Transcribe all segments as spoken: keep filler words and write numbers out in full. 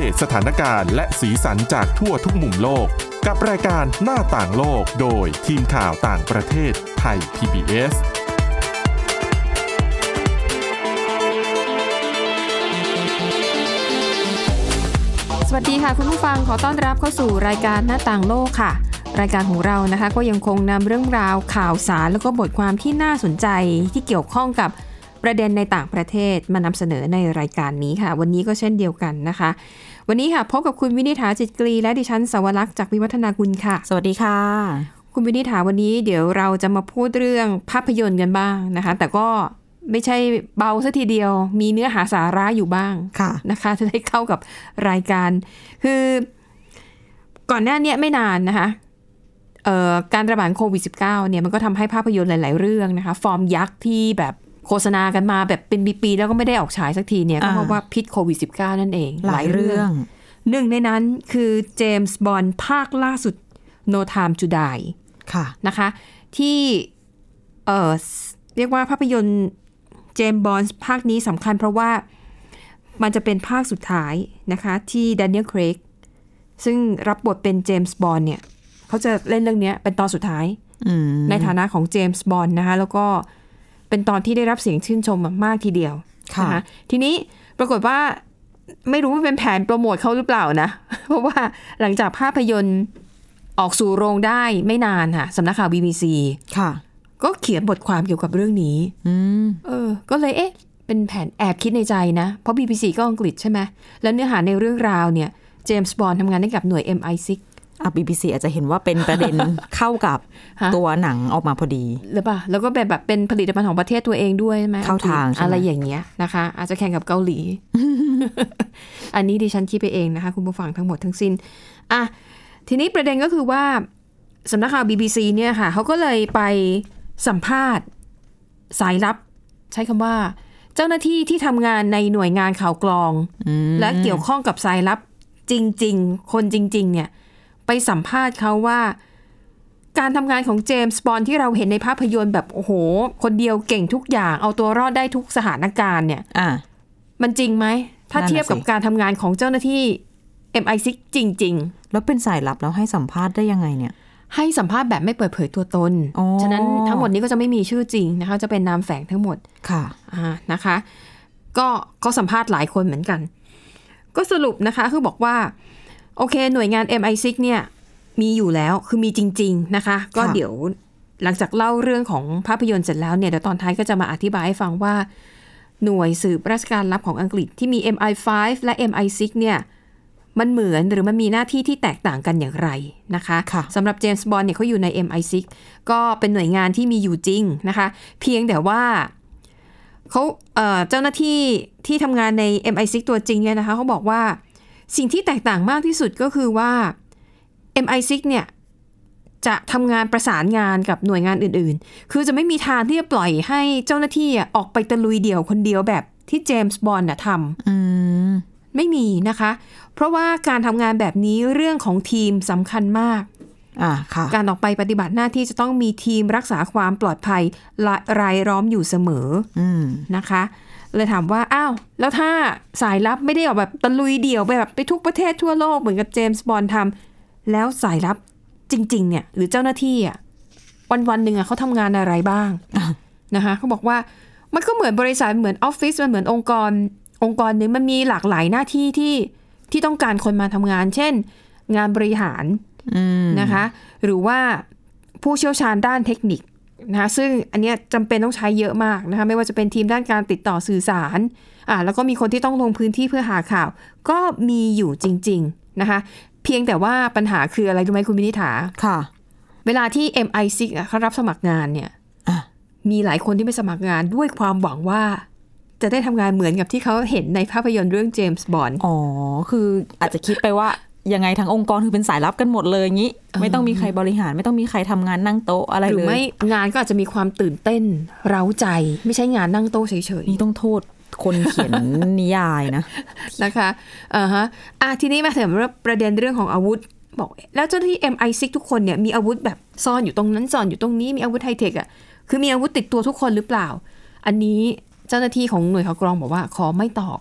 เดตสถานการณ์และสีสันจากทั่วทุกมุมโลกกับรายการหน้าต่างโลกโดยทีมข่าวต่างประเทศไทย พี บี เอสสวัสดีค่ะคุณผู้ฟังขอต้อนรับเข้าสู่รายการหน้าต่างโลกค่ะรายการของเรานะคะก็ยังคงนำเรื่องราวข่าวสารแล้วก็บทความที่น่าสนใจที่เกี่ยวข้องกับประเด็นในต่างประเทศมานำเสนอในรายการนี้ค่ะวันนี้ก็เช่นเดียวกันนะคะวันนี้ค่ะพบกับคุณวินิฐาจิตกรีและดิฉันสวรักษ์จากวิวัฒนากุลค่ะสวัสดีค่ะคุณวินิฐาวันนี้เดี๋ยวเราจะมาพูดเรื่องภาพยนตร์กันบ้างนะคะแต่ก็ไม่ใช่เบาซะทีเดียวมีเนื้อหาสาระอยู่บ้างนะคะจะได้เข้ากับรายการคือก่อนหน้านี้ไม่นานนะคะเอ่อการระบาดโควิด สิบเก้า เนี่ยมันก็ทำให้ภาพยนตร์หลายๆเรื่องนะคะฟอร์มยักษ์ที่แบบโฆษณากันมาแบบเป็นปีๆแล้วก็ไม่ได้ออกฉายสักทีเนี่ยก็เพราะว่าพิษโควิด สิบเก้า นั่นเองหลายเรื่องหนึ่งในนั้นคือเจมส์บอนด์ภาคล่าสุด No Time to Die ค่ะนะคะที่เอ่อเรียกว่าภาพยนตร์เจมส์บอนด์ภาคนี้สำคัญเพราะว่ามันจะเป็นภาคสุดท้ายนะคะที่แดเนียล เครกซึ่งรับบทเป็นเจมส์บอนด์เนี่ยเขาจะเล่นเรื่องนี้เป็นตอนสุดท้ายในฐานะของเจมส์บอนด์นะคะแล้วก็เป็นตอนที่ได้รับเสียงชื่นชมมากทีเดียวนะคะทีนี้ปรากฏว่าไม่รู้ว่าเป็นแผนโปรโมทเขาหรือเปล่านะเพราะว่าหลังจากภาพยนตร์ออกสู่โรงได้ไม่นานค่ะสำนักข่าว บี บี ซีค่ะก็เขียนบทความเกี่ยวกับเรื่องนี้เออก็เลยเอ๊ะเป็นแผนแอบคิดในใจนะเพราะ บี บี ซี ก็อังกฤษใช่ไหมแล้วเนื้อหาในเรื่องราวเนี่ยเจมส์บอนด์ทำงานให้กับหน่วย เอ็ม ไอ ซิกซ์อ่ะ บี บี ซี อาจจะเห็นว่าเป็นประเด็น เข้ากับตัวหนังออกมาพอดีหรือเปล่าแล้วก็แบบแบบเป็นผลิตภัณฑ์ของประเทศตัวเองด้วยใช่ไหมเข้าทางอะไรอย่างเงี้ยนะคะอาจจะแข่งกับเกาหลี อันนี้ดิฉันคิดไปเองนะคะคุณผู้ฟังทั้งหมดทั้งสิ้นอ่ะทีนี้ประเด็นก็คือว่าสำนักข่าว บี บี ซี เนี่ยค่ะเขาก็เลยไปสัมภาษณ์สายลับใช้คำว่าเจ้าหน้าที่ที่ทำงานในหน่วยงานข่าวกรองและเกี่ยวข้องกับสายลับจริงๆคนจริงๆเนี่ยไปสัมภาษณ์เขาว่าการทำงานของเจมส์บอนด์ที่เราเห็นในภาพยนตร์แบบโอ้โหคนเดียวเก่งทุกอย่างเอาตัวรอดได้ทุกสถานการณ์เนี่ยมันจริงไหมถ้าเทียบกับการทำงานของเจ้าหน้าที่ เอ็ม ไอ ซิกซ์ จริงๆแล้วเป็นสายลับแล้วให้สัมภาษณ์ได้ยังไงเนี่ยให้สัมภาษณ์แบบไม่เปิดเผยตัวตนฉะนั้นทั้งหมดนี้ก็จะไม่มีชื่อจริงนะคะจะเป็นนามแฝงทั้งหมดค่ะอ่านะคะก็ก็สัมภาษณ์หลายคนเหมือนกันก็สรุปนะคะคือบอกว่าโอเคหน่วยงาน เอ็ม ไอ ซิกซ์ เนี่ยมีอยู่แล้วคือมีจริงๆนะคะก็เดี๋ยวหลังจากเล่าเรื่องของภาพยนตร์เสร็จแล้วเนี่ยเดี๋ยวตอนท้ายก็จะมาอธิบายให้ฟังว่าหน่วยสืบราชการลับของอังกฤษที่มี เอ็ม ไอ ไฟว์ และ เอ็ม ไอ ซิกซ์ เนี่ยมันเหมือนหรือมันมีหน้าที่ที่แตกต่างกันอย่างไรนะคะสำหรับเจมส์บอนด์เนี่ยเขาอยู่ใน เอ็ม ไอ ซิกซ์ ก็เป็นหน่วยงานที่มีอยู่จริงนะคะเพียงแต่ว่าเขาเอ่อเจ้าหน้าที่ที่ทำงานใน เอ็ม ไอ ซิกซ์ ตัวจริงเนี่ยนะคะเขาบอกว่าสิ่งที่แตกต่างมากที่สุดก็คือว่า เอ็ม ไอ ซิกซ์ เนี่ยจะทำงานประสานงานกับหน่วยงานอื่นๆคือจะไม่มีทางที่จะปล่อยให้เจ้าหน้าที่ออกไปตะลุยเดี่ยวคนเดียวแบบที่เจมส์บอนด์ทำไม่มีนะคะเพราะว่าการทำงานแบบนี้เรื่องของทีมสำคัญมากอ่าค่ะการออกไปปฏิบัติหน้าที่จะต้องมีทีมรักษาความปลอดภัยรายล้อมอยู่เสมอนะคะเลยถามว่าอ้าวแล้วถ้าสายลับไม่ได้ออกแบบตะลุยเดี่ยวไปแบบไปทุกประเทศทั่วโลกเหมือนกับเจมส์บอนด์ทำแล้วสายลับจริงๆเนี่ยหรือเจ้าหน้าที่อ่ะวันๆหนึ่งอ่ะเขาทำงานอะไรบ้างนะคะเขาบอกว่ามันก็เหมือนบริษัทเหมือนออฟฟิศมันเหมือนองค์กรองค์กรนึงมันมีหลากหลายหน้าที่ที่ที่ต้องการคนมาทำงานเช่นงานบริหารนะคะหรือว่าผู้เชี่ยวชาญด้านเทคนิคนะคะซึ่งอันนี้จำเป็นต้องใช้เยอะมากนะคะไม่ว่าจะเป็นทีมด้านการติดต่อสื่อสารอ่าแล้วก็มีคนที่ต้องลงพื้นที่เพื่อหาข่าวก็มีอยู่จริงๆนะคะเพียงแต่ว่าปัญหาคืออะไรรู้ไหมคุณมินิถาค่ะเวลาที่ เอ็ม ไอ ซิกซ์ เขารับสมัครงานเนี่ยมีหลายคนที่ไปสมัครงานด้วยความหวังว่าจะได้ทำงานเหมือนกับที่เขาเห็นในภาพยนตร์เรื่องเจมส์บอนด์อ๋อคืออาจจะคิดไปว่ายังไงทั้งองค์กรคือเป็นสายลับกันหมดเลยงี้ไม่ต้องมีใครบริหารไม่ต้องมีใครทำงานนั่งโต๊ะอะไรเลยหรือไม่งานก็อาจจะมีความตื่นเต้นเร้าใจไม่ใช่งานนั่งโต๊ะเฉยๆนี่ต้องโทษคนเขียนนิยายนะนะคะอ่าฮะอ่ะทีนี้มาถึงประเด็นเรื่องของอาวุธบอกแล้วเจ้าหน้าที่ เอ็ม ไอ ซิกซ์ ทุกคนเนี่ยมีอาวุธแบบซ่อนอยู่ตรงนั้นซ่อนอยู่ตรงนี้มีอาวุธไฮเทคอ่ะคือมีอาวุธติดตัวทุกคนหรือเปล่าอันนี้เจ้าหน้าที่ของหน่วยข่าวกรองบอกว่าขอไม่ตอบ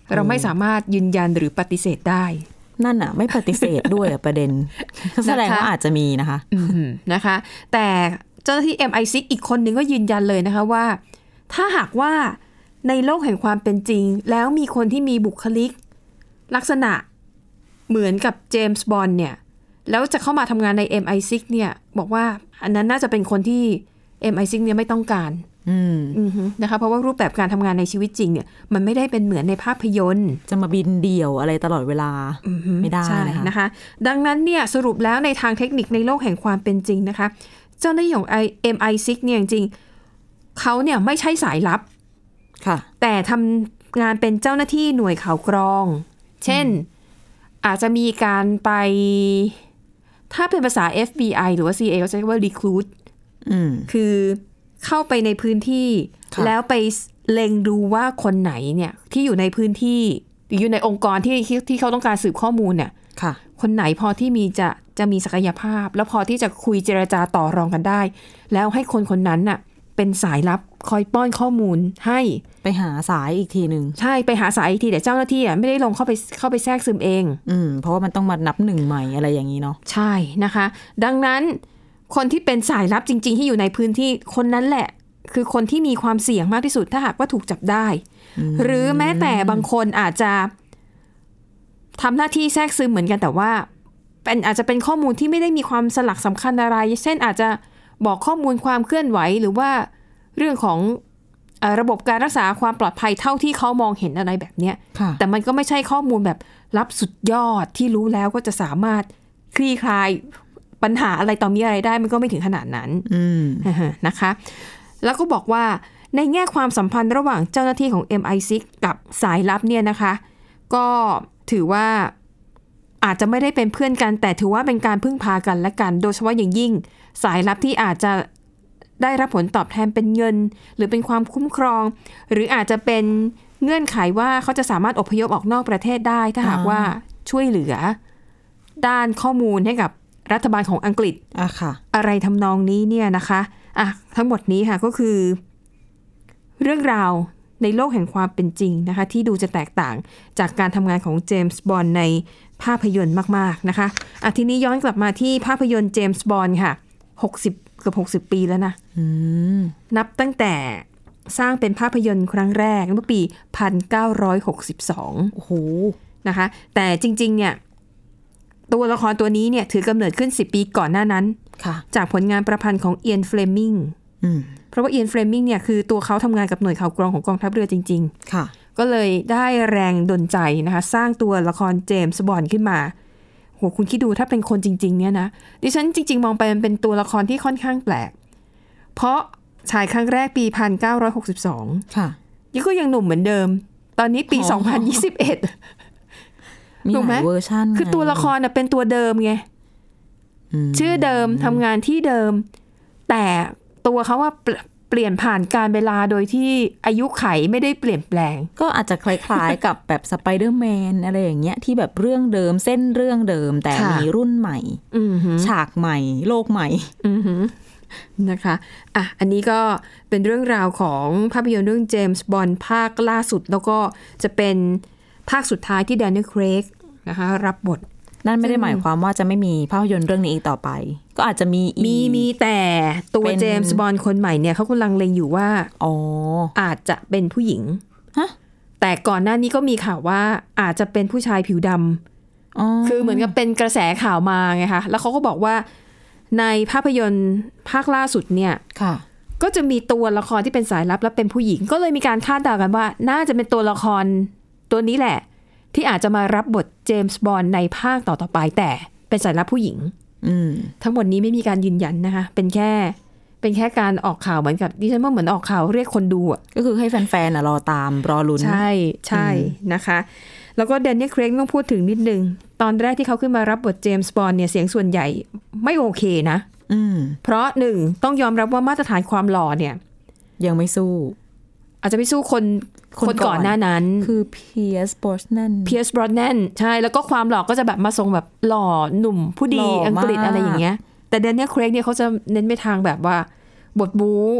เราไม่สามารถยืนยันหรือปฏิเสธได้นั่นอ่ะไม่ปฏิเสธด้วยอ่ะประเด็นแสดงว่าอาจจะมีนะคะนะคะแต่เจ้าหน้าที่ เอ็ม ไอ ซิก อีกคนนึงก็ยืนยันเลยนะคะว่าถ้าหากว่าในโลกแห่งความเป็นจริงแล้วมีคนที่มีบุคลิกลักษณะเหมือนกับเจมส์บอนด์เนี่ยแล้วจะเข้ามาทำงานใน เอ็ม ไอ ซิก เนี่ยบอกว่าอันนั้นน่าจะเป็นคนที่ เอ็ม ไอ ซิก เนี่ยไม่ต้องการอืมนะคะเพราะว่ารูปแบบการทำงานในชีวิตจริงเนี่ยมันไม่ได้เป็นเหมือนในภาพยนตร์จะมาบินเดี่ยวอะไรตลอดเวลาไม่ได้นะคะนะคะดังนั้นเนี่ยสรุปแล้วในทางเทคนิคในโลกแห่งความเป็นจริงนะคะเจ้าหน้าที่ของ เอ็ม ไอ ซิก เนี่ยจริงๆเขาเนี่ยไม่ใช่สายลับค่ะแต่ทำงานเป็นเจ้าหน้าที่หน่วยข่าวกรองเช่นอาจจะมีการไปถ้าเป็นภาษา เอฟ บี ไอ หรือว่า ซี ไอ เอ เขาใช้คำว่า recruit คือเข้าไปในพื้นที่แล้วไปเล็งดูว่าคนไหนเนี่ยที่อยู่ในพื้นที่หรืออยู่ในองค์กรที่ที่เขาต้องการสืบข้อมูลเนี่ยคนไหนพอที่มีจะจะมีศักยภาพแล้วพอที่จะคุยเจรจาต่อรองกันได้แล้วให้คนคนนั้นน่ะเป็นสายลับคอยป้อนข้อมูลให้ไปหาสายอีกทีหนึ่งใช่ไปหาสายอีกทีแต่เจ้าหน้าที่อ่ะไม่ได้ลงเข้าไปเข้าไปแทรกซึมเองอืมเพราะว่ามันต้องมานับหนึ่งใหม่อะไรอย่างนี้เนาะใช่นะคะดังนั้นคนที่เป็นสายลับจริงๆที่อยู่ในพื้นที่คนนั้นแหละคือคนที่มีความเสี่ยงมากที่สุดถ้าหากว่าถูกจับได้หรือแม้แต่บางคนอาจจะทำหน้าที่แทรกซึมเหมือนกันแต่ว่าเป็นอาจจะเป็นข้อมูลที่ไม่ได้มีความสลักสำคัญอะไรเช่นอาจจะบอกข้อมูลความเคลื่อนไหวหรือว่าเรื่องของระบบการรักษาความปลอดภัยเท่าที่เขามองเห็นอะไรแบบนี้แต่มันก็ไม่ใช่ข้อมูลแบบลับสุดยอดที่รู้แล้วก็จะสามารถคลี่คลายปัญหาอะไรต่อมีอะไรได้มันก็ไม่ถึงขนาดนั้นนะคะแล้วก็บอกว่าในแง่ความสัมพันธ์ระหว่างเจ้าหน้าที่ของ เอ็ม ไอ ซิก กับสายลับเนี่ยนะคะก็ถือว่าอาจจะไม่ได้เป็นเพื่อนกันแต่ถือว่าเป็นการพึ่งพากันและกันโดยเฉพาะอย่างยิ่งสายลับที่อาจจะได้รับผลตอบแทนเป็นเงินหรือเป็นความคุ้มครองหรืออาจจะเป็นเงื่อนไขว่าเขาจะสามารถอพยพออกนอกประเทศได้ถ้าหากว่าช่วยเหลือด้านข้อมูลให้กับรัฐบาลของอังกฤษอะค่ะอะไรทำนองนี้เนี่ยนะคะอ่ะทั้งหมดนี้ค่ะก็คือเรื่องราวในโลกแห่งความเป็นจริงนะคะที่ดูจะแตกต่างจากการทำงานของเจมส์บอนด์ในภาพยนตร์มากๆนะคะอ่ะทีนี้ย้อนกลับมาที่ภาพยนตร์เจมส์บอนด์ค่ะหกสิบเกือบหกสิบปีแล้วนะนับตั้งแต่สร้างเป็นภาพยนตร์ครั้งแรกเมื่อปีหนึ่งพันเก้าร้อยหกสิบสองโอ้โหนะคะแต่จริงๆเนี่ยตัวละครตัวนี้เนี่ยถือกำเนิดขึ้นสิบปีก่อนหน้านั้นจากผลงานประพันธ์ของเอียนเฟลมิงเพราะว่าเอียนเฟลมิงเนี่ยคือตัวเขาทำงานกับหน่วยข่าวกรองของกองทัพเรือจริงๆก็เลยได้แรงดลใจนะคะสร้างตัวละครเจมส์บอนด์ขึ้นมาโหคุณคิดดูถ้าเป็นคนจริงๆเนี่ยนะดิฉันจริงๆมองไปมันเป็นตัวละครที่ค่อนข้างแปลกเพราะฉายครั้งแรกปีหนึ่งพันเก้าร้อยหกสิบสองค่ะยังก็ยังหนุ่มเหมือนเดิมตอนนี้ปีสองพันยี่สิบเอ็ดมีหลายเวอร์ชันคือตัวละครเป็นตัวเดิมไงชื่อเดิมทำงานที่เดิมแต่ตัวเขาว่าเปลี่ยนผ่านการเวลาโดยที่อายุไขไม่ได้เปลี่ยนแปลงก็อาจจะคล้ายๆกับแบบสไปเดอร์แมนอะไรอย่างเงี้ยที่แบบเรื่องเดิมเส้นเรื่องเดิมแต่มีรุ่นใหม่ฉากใหม่โลกใหม่นะคะอ่ะอันนี้ก็เป็นเรื่องราวของภาพยนตร์เรื่องเจมส์บอนด์ภาคล่าสุดแล้วก็จะเป็นภาคสุดท้ายที่แดเนียล เครกนะคะรับบทนั่นไม่ได้หมายความว่าจะไม่มีภาพยนตร์เรื่องนี้อีกต่อไปก็อาจจะมีมีมีแต่ตัวเจมส์บอนด์คนใหม่เนี่ยเขากำลังเล็งอยู่ว่าอ๋ออาจจะเป็นผู้หญิงฮะแต่ก่อนหน้านี้ก็มีข่าวว่าอาจจะเป็นผู้ชายผิวดำอ๋อคือเหมือนกับเป็นกระแสข่าวมาไงคะแล้วเขาก็บอกว่าในภาพยนตร์ภาคล่าสุดเนี่ยค่ะก็จะมีตัวละครที่เป็นสายลับและเป็นผู้หญิงก็เลยมีการคาดเดากันว่าน่าจะเป็นตัวละครตัวนี้แหละที่อาจจะมารับบทเจมส์บอนด์ในภาคต่อๆไปแต่เป็นสายลับผู้หญิงทั้งหมดนี้ไม่มีการยืนยันนะคะเป็นแค่เป็นแค่การออกข่าวเหมือนกับดิฉันว่าเหมือนออกข่าวเรียกคนดูอ่ะก็คือให้แฟนๆรอตามรอลุ้นใช่ใช่นะคะแล้วก็แดเนียล เครกต้องพูดถึงนิดนึงตอนแรกที่เขาขึ้นมารับบทเจมส์บอนด์เนี่ยเสียงส่วนใหญ่ไม่โอเคนะเพราะหนึ่งต้องยอมรับว่ามาตรฐานความหล่อเนี่ยยังไม่สู้อาจจะไม่สู้คนคนก่อนหน้านั้นคือเพียร์ส บรอสแนนเพียร์ส บรอสแนนใช่แล้วก็ความหล่อก็จะแบบมาทรงแบบหล่อหนุ่มผู้ดีอังกฤษอะไรอย่างเงี้ยแต่แดเนียล เครกเนี่ยเขาจะเน้นไปทางแบบว่าบทบู๊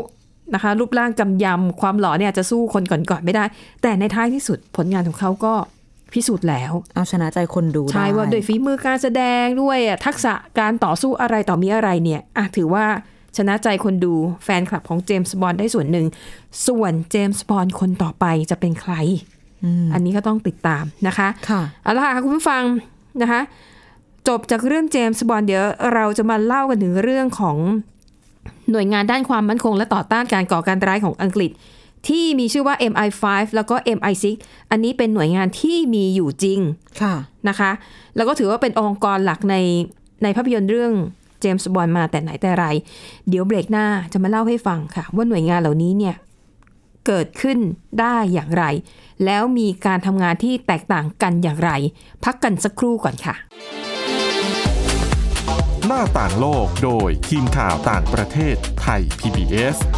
นะคะรูปร่างกำยำความหล่อเนี่ยจะสู้คนก่อนๆไม่ได้แต่ในท้ายที่สุดผลงานของเขาก็พิสูจน์แล้วเอาชนะใจคนดูได้ใช่ว่าโดยฝีมือการแสดงด้วยทักษะการต่อสู้อะไรต่อมีอะไรเนี่ยอ่ะถือว่าชนะใจคนดูแฟนคลับของเจมส์บอนด์ได้ส่วนหนึ่งส่วนเจมส์บอนด์คนต่อไปจะเป็นใคร อ, อันนี้ก็ต้องติดตามนะคะค่ะเอาล่ะค่ะคุณผู้ฟังนะคะจบจากเรื่องเจมส์บอนด์เดี๋ยวเราจะมาเล่ากันถึงเรื่องของหน่วยงานด้านความมั่นคงและต่อต้านการก่อการร้ายของอังกฤษที่มีชื่อว่า เอ็ม ไอ ไฟว์ แล้วก็ เอ็ม ไอ ซิกซ์ อันนี้เป็นหน่วยงานที่มีอยู่จริงนะคะแล้วก็ถือว่าเป็นองค์กรหลักในในภาพยนตร์เรื่องเจมส์บอนด์มาแต่ไหนแต่ไรเดี๋ยวเบรกหน้าจะมาเล่าให้ฟังค่ะว่าหน่วยงานเหล่านี้เนี่ยเกิดขึ้นได้อย่างไรแล้วมีการทำงานที่แตกต่างกันอย่างไรพักกันสักครู่ก่อนค่ะหน้าต่างโลกโดยทีมข่าวต่างประเทศไทย พี บี เอส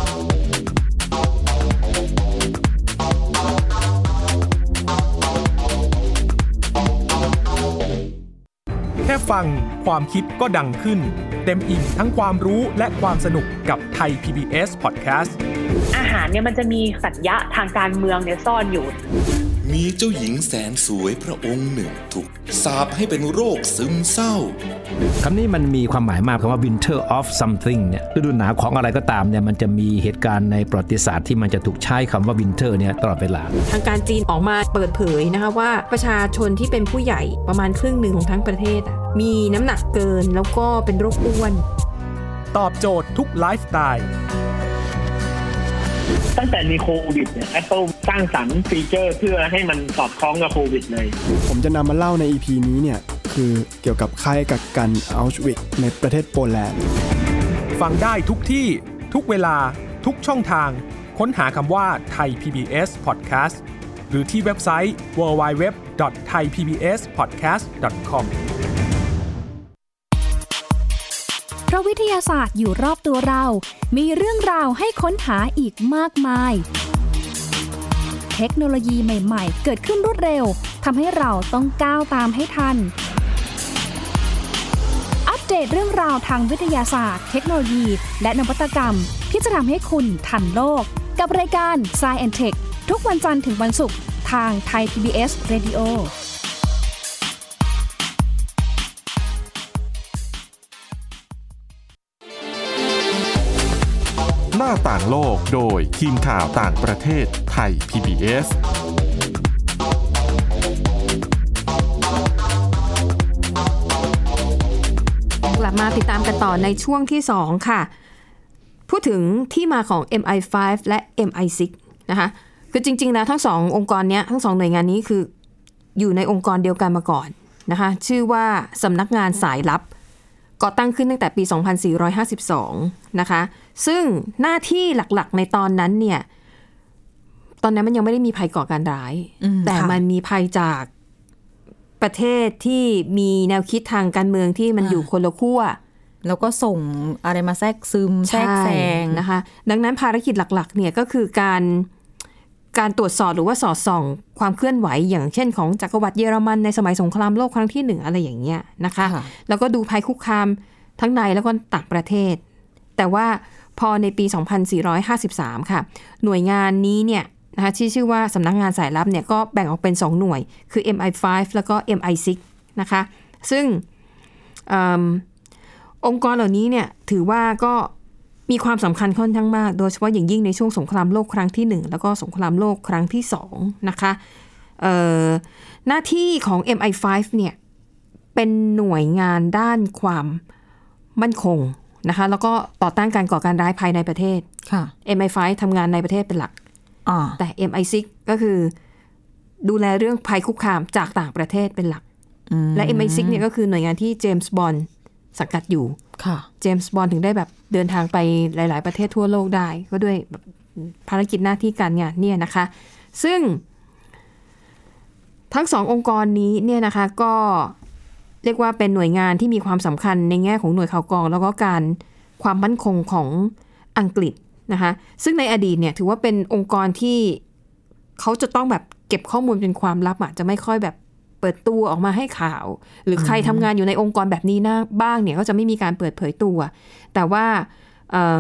แค่ฟังความคิดก็ดังขึ้นเต็มอิ่มทั้งความรู้และความสนุกกับไทย พี บี เอส Podcast อาหารเนี่ยมันจะมีสัญญะทางการเมืองเนี่ยซ่อนอยู่มีเจ้าหญิงแสนสวยพระองค์หนึ่งถูกสาปให้เป็นโรคซึมเศร้าคำนี้มันมีความหมายมากคำว่า winter of something เนี่ยฤดูหนาวของอะไรก็ตามเนี่ยมันจะมีเหตุการณ์ในประวัติศาสตร์ที่มันจะถูกใช้คำว่า winter เนี่ยตลอดเวลาทางการจีนออกมาเปิดเผยนะคะว่าประชาชนที่เป็นผู้ใหญ่ประมาณครึ่งหนึ่งของทั้งประเทศมีน้ำหนักเกินแล้วก็เป็นโรคอ้วนตอบโจทย์ทุกไลฟ์สไตล์ตั้งแต่มีโควิดเนี่ย Apple สร้างสรรค์ฟีเจอร์เพื่อให้มันสอดคล้องกับโควิดเลยผมจะนำมาเล่าใน อี พี นี้เนี่ยคือเกี่ยวกับค่ายกักกันอัลชวิกในประเทศโปแลนด์ฟังได้ทุกที่ทุกเวลาทุกช่องทางค้นหาคำว่าไทย พี บี เอส Podcast หรือที่เว็บไซต์ ดับเบิลยู ดับเบิลยู ดับเบิลยู ดอท ไทย พี บี เอส พอดแคสต์ ดอท คอมเพราะวิทยาศาสตร์อยู่รอบตัวเรามีเรื่องราวให้ค้นหาอีกมากมายเทคโนโลยีใหม่ๆเกิดขึ้นรวดเร็วทำให้เราต้องก้าวตามให้ทันอัปเดตเรื่องราวทางวิทยาศาสตร์เทคโนโลยีและนวัตกรรมที่จะทำให้คุณทันโลกกับรายการ Science แอนด์ Tech ทุกวันจันทร์ถึงวันศุกร์ทางไทย พี บี เอส Radio หน้าต่างโลกโดยทีมข่าวต่างประเทศไทย พี บี เอสกลับมาติดตามกันต่อในช่วงที่สองค่ะพูดถึงที่มาของ เอ็ม ไอ ไฟว์ และ เอ็ม ไอ ซิกซ์ นะคะคือจริงๆแล้วทั้งสององค์กรนี้ทั้งสองหน่วยงานนี้คืออยู่ในองค์กรเดียวกันมาก่อนนะคะชื่อว่าสำนักงานสายลับก่อตั้งขึ้นตั้งแต่ปีสองพันสี่ร้อยห้าสิบสองนะคะซึ่งหน้าที่หลักๆในตอนนั้นเนี่ยตอนนั้นมันยังไม่ได้มีภัยก่อการร้ายแต่มันมีภัยจากประเทศที่มีแนวคิดทางการเมืองที่มันอยู่คนละขั้วแล้วก็ส่งอะไรมาแทรกซึมแทรกแซงนะคะดังนั้นภารกิจหลักๆเนี่ยก็คือการการตรวจสอบหรือว่าสอดส่องความเคลื่อนไหวอย่างเช่นของจักรวรรดิเยอรมันในสมัยสงครามโลกครั้งที่หนึ่งอะไรอย่างเงี้ยนะคะแล้วก็ดูภัยคุกคามทั้งในแล้วก็ต่างประเทศแต่ว่าพอในปีสองพันสี่ร้อยห้าสิบสามค่ะหน่วยงานนี้เนี่ยนะคะที่ชื่อว่าสำนักงานสายลับเนี่ยก็แบ่งออกเป็นสองหน่วยคือ เอ็ม ไอ ไฟว์ แล้วก็ เอ็ม ไอ ซิกซ์ นะคะซึ่งอองค์กรเหล่านี้เนี่ยถือว่าก็มีความสำคัญค่อนข้างมากโดยเฉพาะอย่างยิ่งในช่วงสงครามโลกครั้งที่หนึ่งแล้วก็สงครามโลกครั้งที่สองนะคะหน้าที่ของ เอ็ม ไอ ไฟว์ เนี่ยเป็นหน่วยงานด้านความมั่นคงนะคะแล้วก็ต่อต้านการก่อการร้ายภายในประเทศ เอ็ม ไอ ไฟว์ ทำงานในประเทศเป็นหลักแต่ เอ็ม ไอ ซิกซ์ ก็คือดูแลเรื่องภัยคุกคามจากต่างประเทศเป็นหลักและ เอ็ม ไอ ซิกซ์ เนี่ยก็คือหน่วยงานที่เจมส์บอนด์สังกัดอยู่เจมส์บอนด์ถึงได้แบบเดินทางไปหลายๆประเทศทั่วโลกได้ก็ด้วยภารกิจหน้าที่การงานเนี่ยนะคะซึ่งทั้งสององค์กรนี้เนี่ยนะคะก็เรียกว่าเป็นหน่วยงานที่มีความสำคัญในแง่ของหน่วยข่าวกรองแล้วก็การความมั่นคงของอังกฤษนะคะซึ่งในอดีตเนี่ยถือว่าเป็นองค์กรที่เขาจะต้องแบบเก็บข้อมูลเป็นความลับอ่ะจะไม่ค่อยแบบเปิดตัวออกมาให้ข่าวหรือใครทำงานอยู่ในองค์กรแบบนี้นะบ้างเนี่ยก็จะไม่มีการเปิดเผยตัวแต่ว่า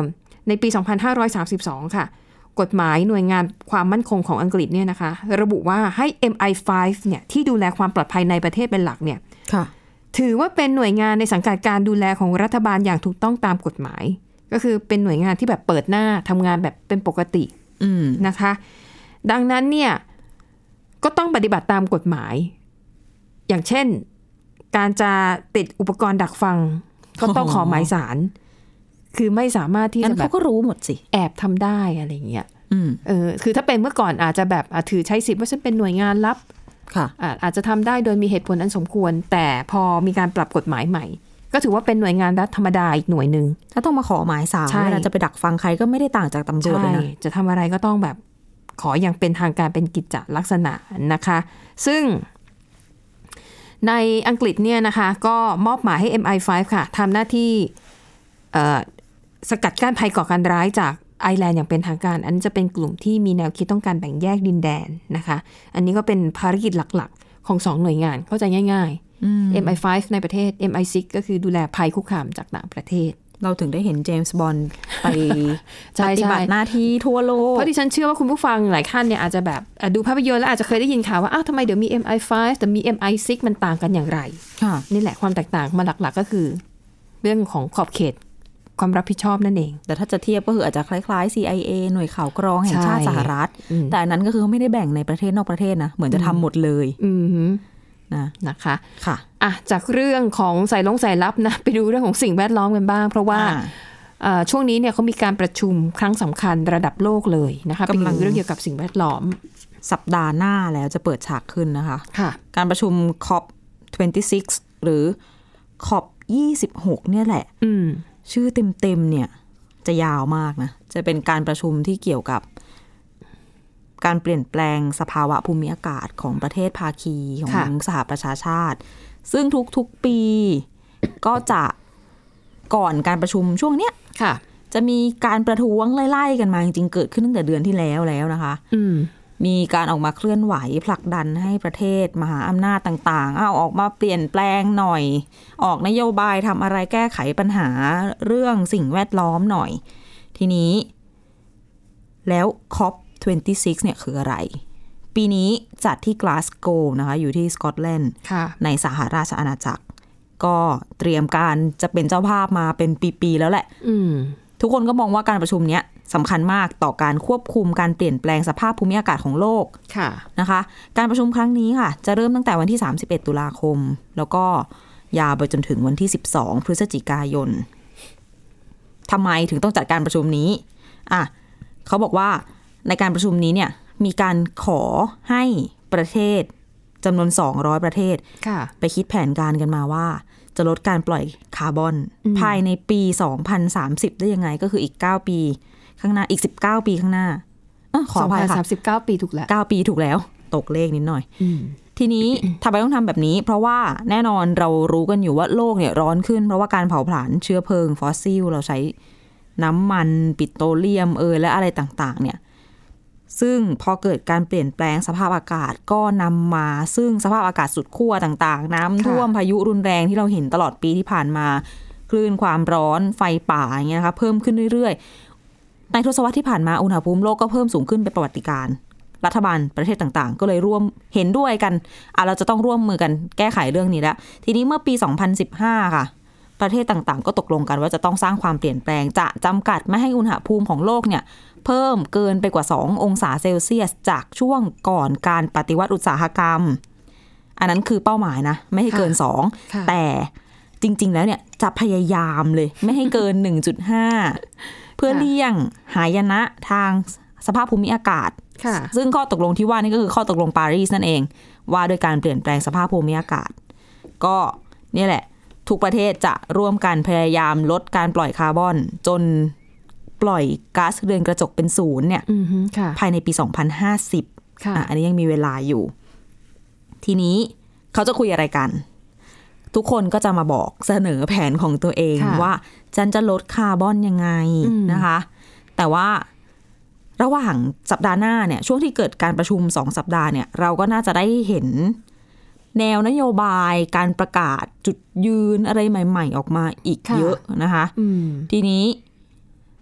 ในปี สองพันห้าร้อยสามสิบสอง ค่ะกฎหมายหน่วยงานความมั่นคงของอังกฤษเนี่ยนะคะระบุว่าให้ เอ็ม ไอ ไฟว์ เนี่ยที่ดูแลความปลอดภัยในประเทศเป็นหลักเนี่ยถือว่าเป็นหน่วยงานในสังกัดการดูแลของรัฐบาลอย่างถูกต้องตามกฎหมายก็คือเป็นหน่วยงานที่แบบเปิดหน้าทำงานแบบเป็นปกตินะคะดังนั้นเนี่ยก็ต้องปฏิบัติตามกฎหมายอย่างเช่นการจะติดอุปกรณ์ดักฟังก็ต้องขอหมายศาลคือไม่สามารถที่จะแบบเขาก็รู้หมดสิแอบทำได้อะไรเงี้ยเออคือถ้าเป็นเมื่อก่อนอาจจะแบบถือใช้สิทธิ์ว่าฉันเป็นหน่วยงานลับอาจจะทำได้โดยมีเหตุผลอันสมควรแต่พอมีการปรับกฎหมายใหม่ก็ถือว่าเป็นหน่วยงานรัฐธรรมดาอีกหน่วยนึงถ้าต้องมาขอหมายศาลเวลาจะไปดักฟังใครก็ไม่ได้ต่างจากตำรวจเลยนะจะทำอะไรก็ต้องแบบขออย่างเป็นทางการเป็นกิจจลักษณะนะคะซึ่งในอังกฤษเนี่ยนะคะก็มอบหมายให้ เอ็ม ไอ ไฟว์ ค่ะทำหน้าที่สกัดกั้นภัยก่อการร้ายจากไอร์แลนด์อย่างเป็นทางการอันนี้จะเป็นกลุ่มที่มีแนวคิดต้องการแบ่งแยกดินแดนนะคะอันนี้ก็เป็นภารกิจหลักๆของสองหน่วยงานเข้าใจง่ายๆ เอ็ม ไอ ไฟว์ ในประเทศ เอ็ม ไอ ซิกซ์ ก็คือดูแลภัยคุกคามจากต่างประเทศเราถึงได้เห็นเจมส์บอนด์ไปปฏิบัติหน้าที่ทั่วโลกเพราะดิฉันเชื่อว่าคุณผู้ฟังหลายท่านเนี่ยอาจจะแบบดูภาพยนตร์แล้วอาจจะเคยได้ยินข่าวว่าอ้าวทำไมเดี๋ยวมี เอ็ม ไอ ไฟว์ แต่มี เอ็ม ไอ ซิกซ์ มันต่างกันอย่างไรนี่แหละความแตกต่างมาหลักๆก็คือเรื่องของขอบเขตความรับผิดชอบนั่นเองแต่ถ้าจะเทียบก็คืออาจจะคล้ายๆ ซี ไอ เอ หน่วยข่าวกรองแห่งชาติสหรัฐแต่อันนั้นก็คือไม่ได้แบ่งในประเทศนอกประเทศนะเหมือนจะทำหมดเลยนะนะคะค่ะอ่ะจากเรื่องของสายลงสายลับนะไปดูเรื่องของสิ่งแวดล้อมกันบ้างเพราะว่าช่วงนี้เนี่ยเขามีการประชุมครั้งสำคัญระดับโลกเลยนะคะเป็นเรื่องเกี่ยวกับสิ่งแวดล้อมสัปดาห์หน้าแล้วจะเปิดฉากขึ้นนะคะค่ะการประชุม ซี โอ พี ยี่สิบหก หรือ ซี โอ พี ยี่สิบหกเนี่ยแหละชื่อเต็มๆเนี่ยจะยาวมากนะจะเป็นการประชุมที่เกี่ยวกับการเปลี่ยนแปลงสภาวะภูมิอากาศของประเทศภาคีของสหประชาชาติซึ่งทุกๆปีก็จะก่อนการประชุมช่วงเนี้ยจะมีการประท้วงไล่ๆกันมาจริงๆเกิดขึ้นตั้งแต่เดือนที่แล้วแล้วนะคะมีการออกมาเคลื่อนไหวผลักดันให้ประเทศมหาอำนาจต่างๆเอาออกมาเปลี่ยนแปลงหน่อยออกนโยบายทำอะไรแก้ไขปัญหาเรื่องสิ่งแวดล้อมหน่อยทีนี้แล้ว ซี โอ พี ยี่สิบหก เนี่ยคืออะไรปีนี้จัดที่กลาสโกว์นะคะอยู่ที่สกอตแลนด์ในสหราชอาณาจักรก็เตรียมการจะเป็นเจ้าภาพมาเป็นปีๆแล้วแหละทุกคนก็มองว่าการประชุมเนี้ยสำคัญมากต่อการควบคุมการเปลี่ยนแปลงสภาพภูมิอากาศของโลกนะคะการประชุมครั้งนี้ค่ะจะเริ่มตั้งแต่วันที่สามสิบเอ็ดตุลาคมแล้วก็ยาวไปจนถึงวันที่สิบสองพฤศจิกายนทำไมถึงต้องจัดการประชุมนี้อ่ะเขาบอกว่าในการประชุมนี้เนี่ยมีการขอให้ประเทศจำนวนสองร้อยประเทศไปคิดแผนการกันมาว่าจะลดการปล่อยคาร์บอนภายในปีสองพันสามสิบได้ยังไงก็คืออีกเก้าปีข้างหน้าอีกสิบเก้าปีข้างหน้าเออขออภัยค่ะสามสิบเก้าปีถูกแล้วเก้าปีถูกแล้วตกเลขนิดหน่อยทีนี้ทำไมต้องทำแบบนี้เพราะว่าแน่นอนเรารู้กันอยู่ว่าโลกเนี่ยร้อนขึ้นเพราะว่าการเผาผลาญเชื้อเพลิงฟอสซิลเราใช้น้ำมันปิโตรเลียมเออและอะไรต่างๆเนี่ยซึ่งพอเกิดการเปลี่ยนแปลงสภาพอากาศก็นำมาซึ่งสภาพอากาศสุดขั้วต่างๆน้ำท่วมพายุรุนแรงที่เราเห็นตลอดปีที่ผ่านมาคลื่นความร้อนไฟป่าอย่างเงี้ยนะคะเพิ่มขึ้นเรื่อยๆในทศวรรษที่ผ่านมาอุณหภูมิโลกก็เพิ่มสูงขึ้นเป็นประวัติการณ์รัฐบาลประเทศต่างๆก็เลยร่วมเห็นด้วยกันอ่ะเราจะต้องร่วมมือกันแก้ไขเรื่องนี้แล้วทีนี้เมื่อปีสองพันสิบห้าค่ะประเทศต่างๆก็ตกลงกันว่าจะต้องสร้างความเปลี่ยนแปลงจะจำกัดไม่ให้อุณหภูมิของโลกเนี่ยเพิ่มเกินไปกว่าสององศาเซลเซียสจากช่วงก่อนการปฏิวัติอุตสาหกรรมอันนั้นคือเป้าหมายนะไม่ให้เกินสองแต่จริงๆแล้วเนี่ยจะพยายามเลยไม่ให้เกิน หนึ่งจุดห้า เพื่อเลี่ยงหายนะทางสภาพภูมิอากาศซึ่งข้อตกลงที่ว่านี่ก็คือข้อตกลงปารีสนั่นเองว่าโดยการเปลี่ยนแปลงสภาพภูมิอากาศก็นี่แหละทุกประเทศจะร่วมกันพยายามลดการปล่อยคาร์บอนจนปล่อยก๊าซเรือนกระจกเป็นศูนย์เนี่ยภายในปีสองพันห้าสิบอ่ะอันนี้ยังมีเวลาอยู่ทีนี้เขาจะคุยอะไรกันทุกคนก็จะมาบอกเสนอแผนของตัวเองว่าฉันจะลดคาร์บอนยังไงนะคะแต่ว่าระหว่างสัปดาห์หน้าเนี่ยช่วงที่เกิดการประชุมสองสัปดาห์เนี่ยเราก็น่าจะได้เห็นแนวนโยบายการประกาศจุดยืนอะไรใหม่ๆออกมาอีกเยอะนะคะทีนี้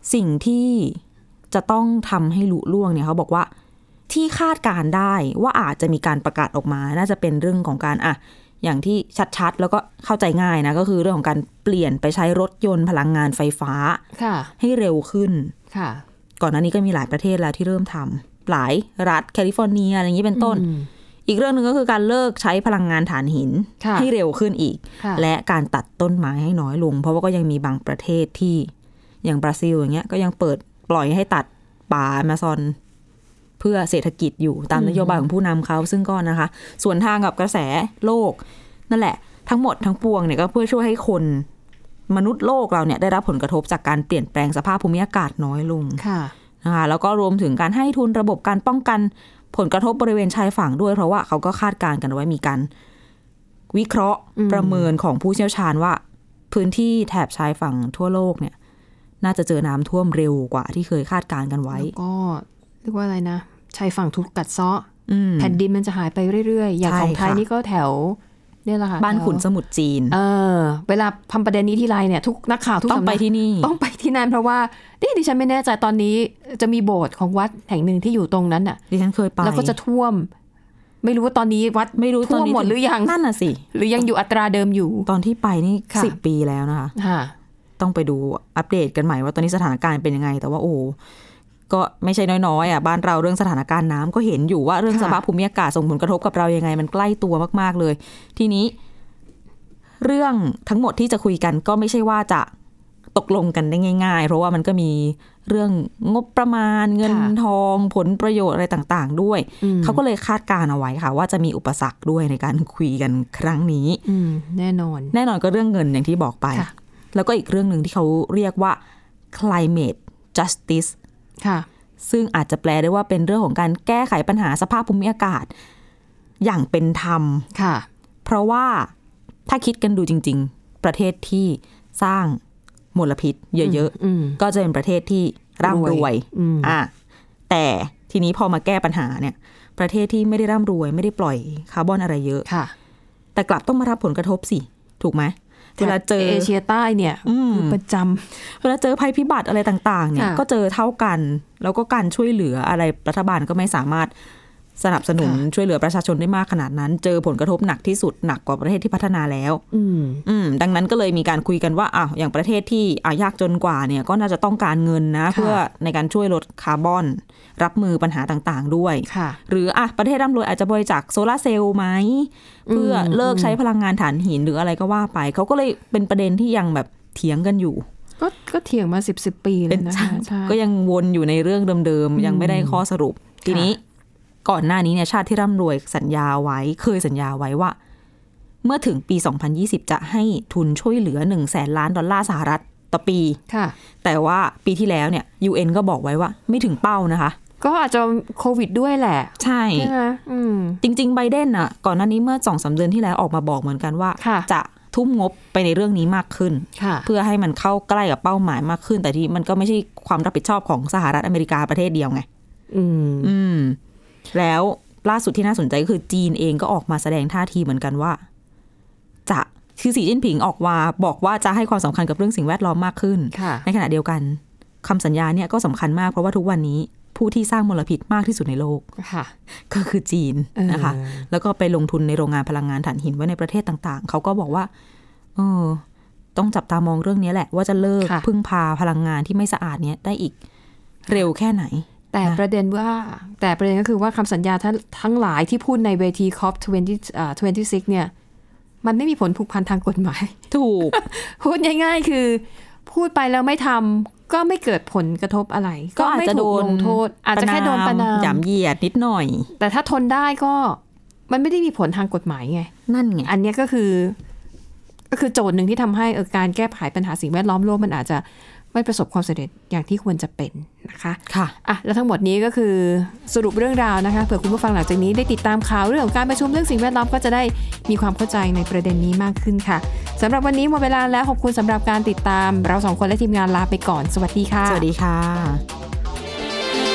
สิ่งที่จะต้องทำให้ลุล่วงเนี่ยเขาบอกว่าที่คาดการได้ว่าอาจจะมีการประกาศออกมาน่าจะเป็นเรื่องของการอ่ะอย่างที่ชัดๆแล้วก็เข้าใจง่ายนะก็คือเรื่องของการเปลี่ยนไปใช้รถยนต์พลังงานไฟฟ้าให้เร็วขึ้นก่อนหน้านี้ก็มีหลายประเทศแล้วที่เริ่มทำหลายรัฐแคลิฟอร์เนียอะไรอย่างนี้เป็นต้นอีกเรื่องนึงก็คือการเลิกใช้พลังงานถ่านหินให้เร็วขึ้นอีกและการตัดต้นไม้ให้น้อยลงเพราะว่าก็ยังมีบางประเทศที่อย่างบราซิลอย่างเงี้ยก็ยังเปิดปล่อยให้ตัดป่าแอมะซอนเพื่อเศรษฐกิจอยู่ตามนโยบายของผู้นำเขาซึ่งก็นะคะส่วนทางกับกระแสโลกนั่นแหละทั้งหมดทั้งปวงเนี่ยก็เพื่อช่วยให้คนมนุษย์โลกเราเนี่ยได้รับผลกระทบจากการเปลี่ยนแปลงสภาพภูมิอากาศน้อยลงนะคะแล้วก็รวมถึงการให้ทุนระบบการป้องกันผลกระทบบริเวณชายฝั่งด้วยเพราะว่าเขาก็คาดการณ์กันไว้มีการวิเคราะห์ประเมินของผู้เชี่ยวชาญว่าพื้นที่แถบชายฝั่งทั่วโลกเนี่ยน่าจะเจอน้ำท่วมเร็วกว่าที่เคยคาดการณ์กันไว้ก็เรียกว่าอะไรนะชายฝั่งถูกกัดเซาะแผ่นดินมันจะหายไปเรื่อยๆอย่างของไทยนี่ก็แถวเนี่ยแหละค่ะบ้านขุนสมุทรจีนเออเวลาทำประเด็นนี้ที่ไรเนี่ยทุกนักข่าวทุกต้องไปที่นี่ต้องไปที่นั่นเพราะว่าดิฉันไม่แน่ใจตอนนี้จะมีโบสถ์ของวัดแห่งหนึ่งที่อยู่ตรงนั้นน่ะดิฉันเคยไปแล้วก็จะท่วมไม่รู้ว่าตอนนี้วัดไม่รู้ท่วมหมดหรือยังนั่นน่ะสิหรือยังอยู่อัตราเดิมอยู่ตอนที่ไปนี่สิบปีแล้วนะคะต้องไปดูอัปเดตกันใหม่ว่าตอนนี้สถานการณ์เป็นยังไงแต่ว่าโอ้ก็ไม่ใช่น้อยๆอ่ะบ้านเราเรื่องสถานการณ์น้ำก็เห็นอยู่ว่าเรื่องสภาพภูมิอากาศส่งผลกระทบกับเรายังไงมันใกล้ตัวมากๆเลยทีนี้เรื่องทั้งหมดที่จะคุยกันก็ไม่ใช่ว่าจะตกลงกันได้ง่ายๆเพราะว่ามันก็มีเรื่องงบประมาณเงินทองผลประโยชน์อะไรต่างๆด้วยเขาก็เลยคาดการณ์เอาไว้ค่ะว่าจะมีอุปสรรคด้วยในการคุยกันครั้งนี้แน่นอนแน่นอนก็เรื่องเงินอย่างที่บอกไปแล้วก็อีกเรื่องนึงที่เขาเรียกว่า climate justice ค่ะซึ่งอาจจะแปลได้ว่าเป็นเรื่องของการแก้ไขปัญหาสภาพภูมิอากาศอย่างเป็นธรรมค่ะเพราะว่าถ้าคิดกันดูจริงๆประเทศที่สร้างมลพิษเยอะๆก็จะเป็นประเทศที่ร่ำรวยอ่ะแต่ทีนี้พอมาแก้ปัญหาเนี่ยประเทศที่ไม่ได้ร่ำรวยไม่ได้ปล่อยคาร์บอนอะไรเยอะแต่กลับต้องมารับผลกระทบสิถูกไหมเวลาเจอเอเชียใต้เนี่ยประจำเวลาเจอภัยพิบัติอะไรต่างๆเนี่ยก็เจอเท่ากันแล้วก็การช่วยเหลืออะไรรัฐบาลก็ไม่สามารถสนับสนุนช่วยเหลือประชาชนได้มากขนาดนั้นเจอผลกระทบหนักที่สุดหนักกว่าประเทศที่พัฒนาแล้วอืมดังนั้นก็เลยมีการคุยกันว่าอ้าวอย่างประเทศที่อ่ะยากจนกว่าเนี่ยก็น่าจะต้องการเงินนะเพื่อในการช่วยลดคาร์บอนรับมือปัญหาต่างๆด้วยหรืออ่ะประเทศร่ำรวยอาจจะบริจาคโซลาร์เซลล์ไหมเพื่อเลิกใช้พลังงานถ่านหินหรืออะไรก็ว่าไปเขาก็เลยเป็นประเด็นที่ยังแบบเถียงกันอยู่ก็ก็เถียงมาสิบสิบปีเลยนะคะก็ยังวนอยู่ในเรื่องเดิมๆยังไม่ได้ข้อสรุปทีนี้ก่อนหน้านี้เนี่ยชาติที่ร่ำรวยสัญญาไว้เคยสัญญาไว้ว่าเมื่อถึงปีสองพันยี่สิบจะให้ทุนช่วยเหลือ หนึ่งแสนล้านดอลลาร์สหรัฐต่อปีค่ะแต่ว่าปีที่แล้วเนี่ย ยู เอ็น ก็บอกไว้ว่าไม่ถึงเป้านะคะก็อาจจะโควิดด้วยแหละใช่ใช่ไหมจริงๆไบเดนน่ะก่อนหน้านี้เมื่อ สองถึงสาม เดือนที่แล้วออกมาบอกเหมือนกันว่าจะทุ่มงบไปในเรื่องนี้มากขึ้นเพื่อให้มันเข้าใกล้กับเป้าหมายมากขึ้นแต่ที่มันก็ไม่ใช่ความรับผิดชอบของสหรัฐอเมริกาประเทศเดียวไงอืมอืมแล้วล่าสุดที่น่าสนใจก็คือจีนเองก็ออกมาแสดงท่าทีเหมือนกันว่าจะคือสีจิ้นผิงออกมาบอกว่าจะให้ความสำคัญกับเรื่องสิ่งแวดล้อมมากขึ้นในขณะเดียวกันคำสัญญาเนี่ยก็สำคัญมากเพราะว่าทุกวันนี้ผู้ที่สร้างมลพิษมากที่สุดในโลกก็คือจีนนะคะแล้วก็ไปลงทุนในโรงงานพลังงานถ่านหินไว้ในประเทศต่างๆเขาก็บอกว่าเออต้องจับตามองเรื่องนี้แหละว่าจะเลิกพึ่งพาพลังงานที่ไม่สะอาดเนี้ยได้อีกเร็วแค่ไหนแต่ประเด็นว่าแต่ประเด็นก็คือว่าคำสัญญาทั้งทั้งหลายที่พูดในเวที ซี โอ พี ยี่สิบเอ่อยี่สิบหกเนี่ยมันไม่มีผลผูกพันทางกฎหมายถูกพูดง่ายๆคือพูดไปแล้วไม่ทำก็ไม่เกิดผลกระทบอะไรก็อาจจะโดนลงโทษอาจจะแค่โดนประณามหยามเหยียดนิดหน่อยแต่ถ้าทนได้ก็มันไม่ได้มีผลทางกฎหมายไงนั่นไงอันนี้ก็คือก็คือโจทย์หนึ่งที่ทำให้การแก้ไขปัญหาสิ่งแวดล้อมโลกมันอาจจะไม่ประสบความสำเร็จอย่างที่ควรจะเป็นนะคะค่ะอ่ะแล้วทั้งหมดนี้ก็คือสรุปเรื่องราวนะคะเผื่อคุณผู้ฟังหลังจากนี้ได้ติดตามข่าวเรื่องของการประชุมเรื่องสิ่งแวดล้อมก็จะได้มีความเข้าใจในประเด็นนี้มากขึ้นค่ะสำหรับวันนี้หมดเวลาแล้วขอบคุณสำหรับการติดตามเราสองคนและทีมงานลาไปก่อนสวัสดีค่ะสวัสดีค่ะ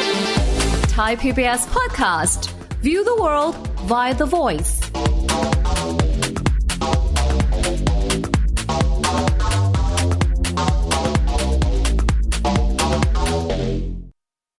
Thai พี บี เอส Podcast View the world via the voice